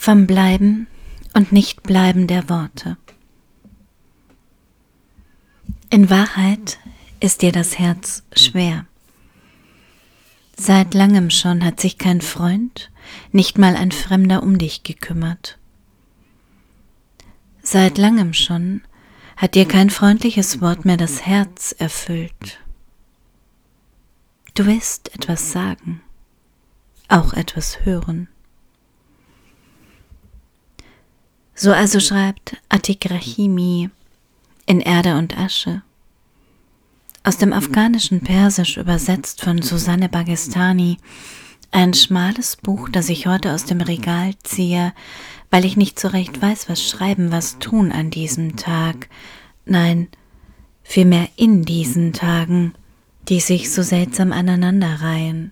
Vom Bleiben und Nichtbleiben der Worte. In Wahrheit ist dir das Herz schwer. Seit langem schon hat sich kein Freund, nicht mal ein Fremder um dich gekümmert. Seit langem schon hat dir kein freundliches Wort mehr das Herz erfüllt. Du willst etwas sagen, auch etwas hören. So also schreibt Atiq Rahimi in Erde und Asche, aus dem afghanischen Persisch übersetzt von Susanne Bagestani, ein schmales Buch, das ich heute aus dem Regal ziehe, weil ich nicht so recht weiß, was schreiben, was tun an diesem Tag, nein, vielmehr in diesen Tagen, die sich so seltsam aneinanderreihen.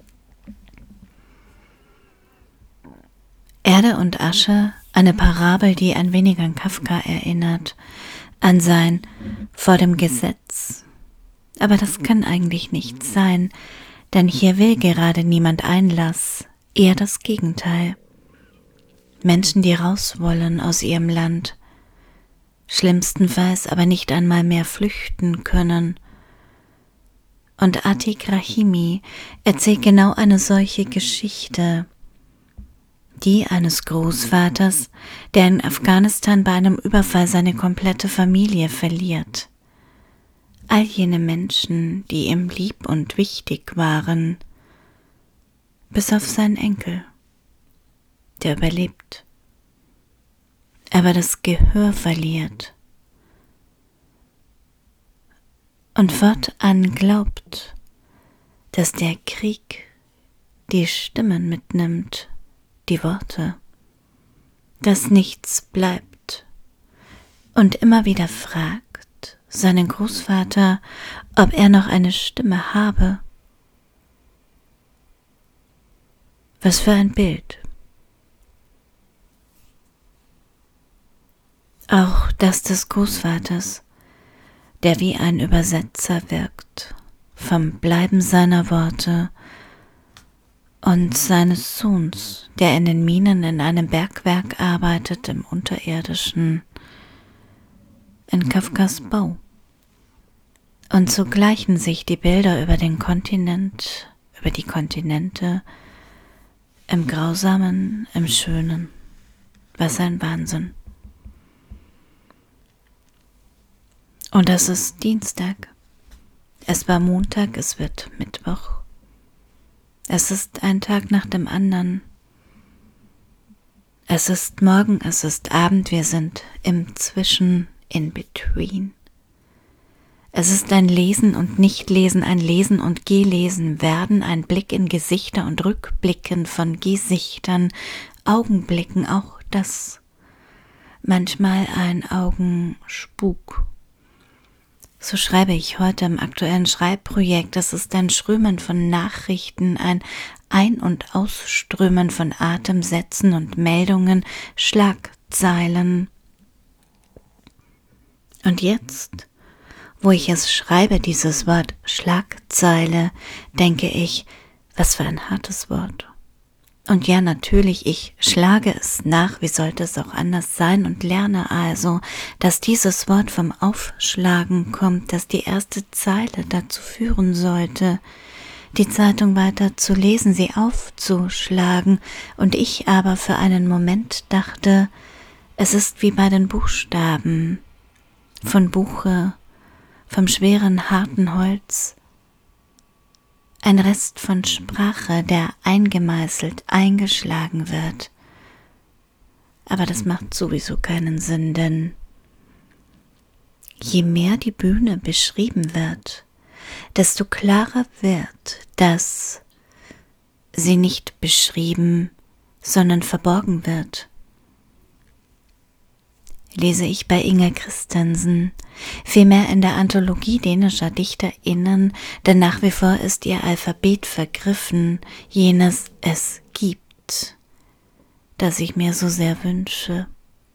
Erde und Asche, eine Parabel, die ein wenig an Kafka erinnert, an sein vor dem Gesetz. Aber das kann eigentlich nicht sein, denn hier will gerade niemand Einlass, eher das Gegenteil. Menschen, die raus wollen aus ihrem Land, schlimmstenfalls aber nicht einmal mehr flüchten können. Und Atiq Rahimi erzählt genau eine solche Geschichte, die eines Großvaters, der in Afghanistan bei einem Überfall seine komplette Familie verliert. All jene Menschen, die ihm lieb und wichtig waren, bis auf seinen Enkel, der überlebt, aber das Gehör verliert und fortan glaubt, dass der Krieg die Stimmen mitnimmt, die Worte, dass nichts bleibt, und immer wieder fragt seinen Großvater, ob er noch eine Stimme habe. Was für ein Bild. Auch das des Großvaters, der wie ein Übersetzer wirkt, vom Bleiben seiner Worte, und seines Sohns, der in den Minen in einem Bergwerk arbeitet, im Unterirdischen, in Kafkas Bau. Und so gleichen sich die Bilder über den Kontinent, über die Kontinente, im Grausamen, im Schönen. Was ein Wahnsinn. Und es ist Dienstag. Es war Montag, es wird Mittwoch. Es ist ein Tag nach dem anderen. Es ist Morgen, es ist Abend, wir sind im Zwischen, in between. Es ist ein Lesen und Nichtlesen, ein Lesen und Gelesen werden, ein Blick in Gesichter und Rückblicken von Gesichtern, Augenblicken, auch das. Manchmal ein Augenspuk. So schreibe ich heute im aktuellen Schreibprojekt. Es ist ein Strömen von Nachrichten, ein Ein- und Ausströmen von Atemsätzen und Meldungen, Schlagzeilen. Und jetzt, wo ich es schreibe, dieses Wort Schlagzeile, denke ich, was für ein hartes Wort. Und ja, natürlich, ich schlage es nach, wie sollte es auch anders sein, und lerne also, dass dieses Wort vom Aufschlagen kommt, dass die erste Zeile dazu führen sollte, die Zeitung weiter zu lesen, sie aufzuschlagen, und ich aber für einen Moment dachte, es ist wie bei den Buchstaben, von Buche, vom schweren, harten Holz, ein Rest von Sprache, der eingemeißelt, eingeschlagen wird. Aber das macht sowieso keinen Sinn, denn je mehr die Bühne beschrieben wird, desto klarer wird, dass sie nicht beschrieben, sondern verborgen wird. Lese ich bei Inger Christensen, vielmehr in der Anthologie dänischer DichterInnen, denn nach wie vor ist ihr Alphabet vergriffen, jenes es gibt, das ich mir so sehr wünsche.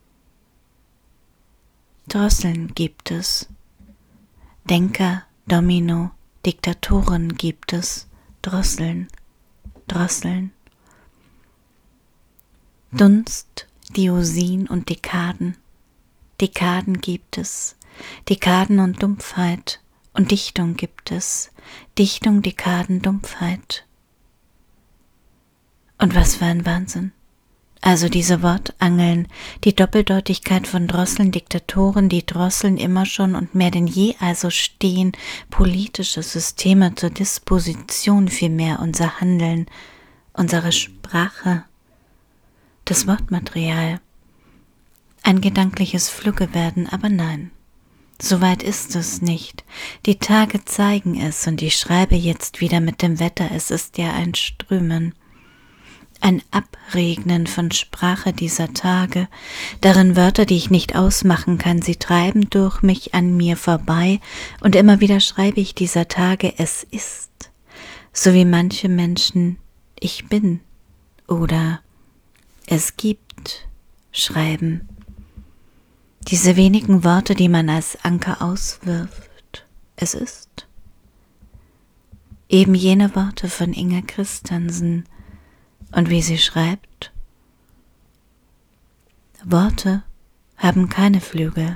Drosseln gibt es, Denker, Domino, Diktatoren gibt es, Drosseln, Drosseln. Dunst, Diosin und Dekaden. Dekaden gibt es, Dekaden und Dumpfheit. Und Dichtung gibt es, Dichtung, Dekaden, Dumpfheit. Und was für ein Wahnsinn. Also diese Wortangeln, die Doppeldeutigkeit von Drosseln, Diktatoren, die drosseln immer schon und mehr denn je also stehen politische Systeme zur Disposition, vielmehr unser Handeln, unsere Sprache, das Wortmaterial. Ein gedankliches Flüggewerden, aber nein. Soweit ist es nicht. Die Tage zeigen es und ich schreibe jetzt wieder mit dem Wetter. Es ist ja ein Strömen, ein Abregnen von Sprache dieser Tage, darin Wörter, die ich nicht ausmachen kann. Sie treiben durch mich an mir vorbei und immer wieder schreibe ich dieser Tage, es ist, so wie manche Menschen, ich bin oder es gibt, schreiben. Diese wenigen Worte, die man als Anker auswirft, es ist. Eben jene Worte von Inger Christensen und wie sie schreibt, Worte haben keine Flügel.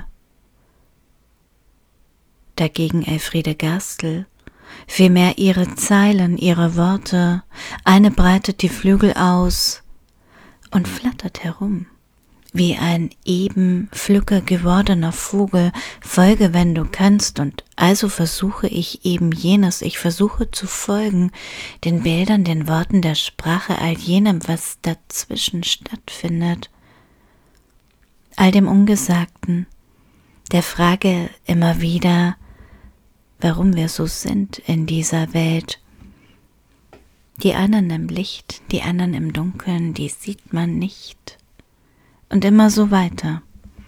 Dagegen Elfriede Gerstl, vielmehr ihre Zeilen, ihre Worte, eine breitet die Flügel aus und flattert herum. Wie ein eben flügge gewordener Vogel, folge, wenn du kannst, und also versuche ich eben jenes, ich versuche zu folgen, den Bildern, den Worten der Sprache, all jenem, was dazwischen stattfindet, all dem Ungesagten, der Frage immer wieder, warum wir so sind in dieser Welt. Die einen im Licht, die anderen im Dunkeln, die sieht man nicht. Und immer so weiter.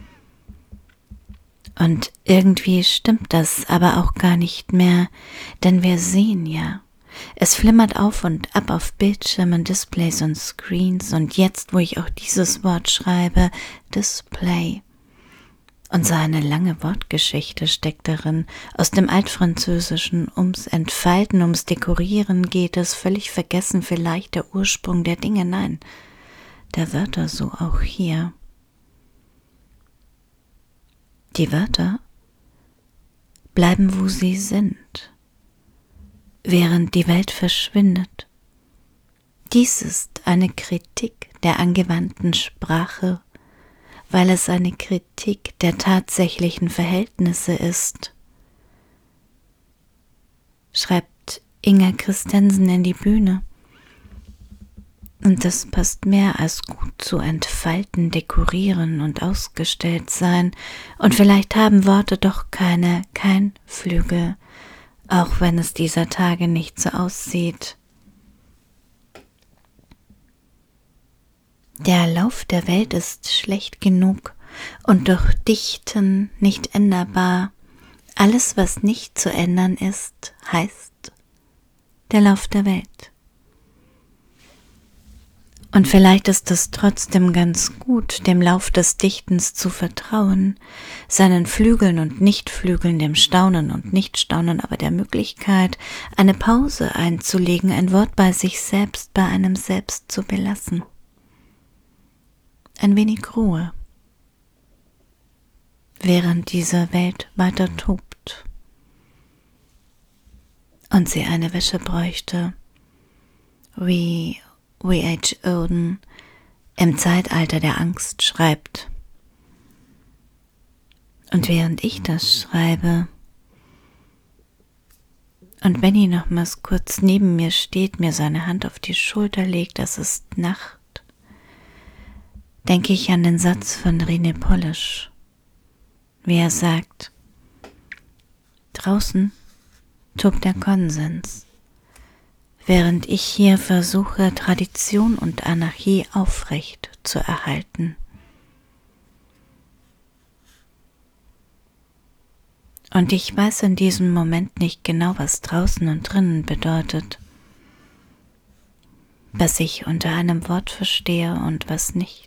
Und irgendwie stimmt das aber auch gar nicht mehr, denn wir sehen ja, es flimmert auf und ab auf Bildschirmen, Displays und Screens und jetzt, wo ich auch dieses Wort schreibe, Display. Und so eine lange Wortgeschichte steckt darin, aus dem Altfranzösischen, ums Entfalten, ums Dekorieren geht es, völlig vergessen vielleicht der Ursprung der Dinge, nein, der Wörter so auch hier. Die Wörter bleiben, wo sie sind, während die Welt verschwindet. Dies ist eine Kritik der angewandten Sprache, weil es eine Kritik der tatsächlichen Verhältnisse ist. Schreibt Inger Christensen in die Bühne. Und das passt mehr als gut zu entfalten, dekorieren und ausgestellt sein. Und vielleicht haben Worte doch kein Flügel, auch wenn es dieser Tage nicht so aussieht. Der Lauf der Welt ist schlecht genug und durch Dichten nicht änderbar. Alles, was nicht zu ändern ist, heißt der Lauf der Welt. Und vielleicht ist es trotzdem ganz gut, dem Lauf des Dichtens zu vertrauen, seinen Flügeln und Nichtflügeln, dem Staunen und Nichtstaunen, aber der Möglichkeit, eine Pause einzulegen, ein Wort bei sich selbst, bei einem selbst zu belassen. Ein wenig Ruhe, während diese Welt weiter tobt und sie eine Wäsche bräuchte, wie W.H. Auden im Zeitalter der Angst schreibt. Und während ich das schreibe und Benny nochmals kurz neben mir steht, mir seine Hand auf die Schulter legt, es ist Nacht, denke ich an den Satz von René Polish, wie er sagt, draußen tobt der Konsens, während ich hier versuche, Tradition und Anarchie aufrecht zu erhalten. Und ich weiß in diesem Moment nicht genau, was draußen und drinnen bedeutet, was ich unter einem Wort verstehe und was nicht.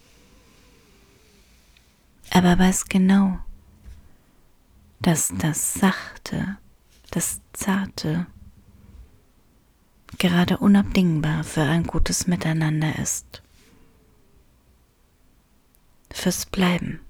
Aber weiß genau, dass das Sachte, das Zarte gerade unabdingbar für ein gutes Miteinander ist. fürs Bleiben.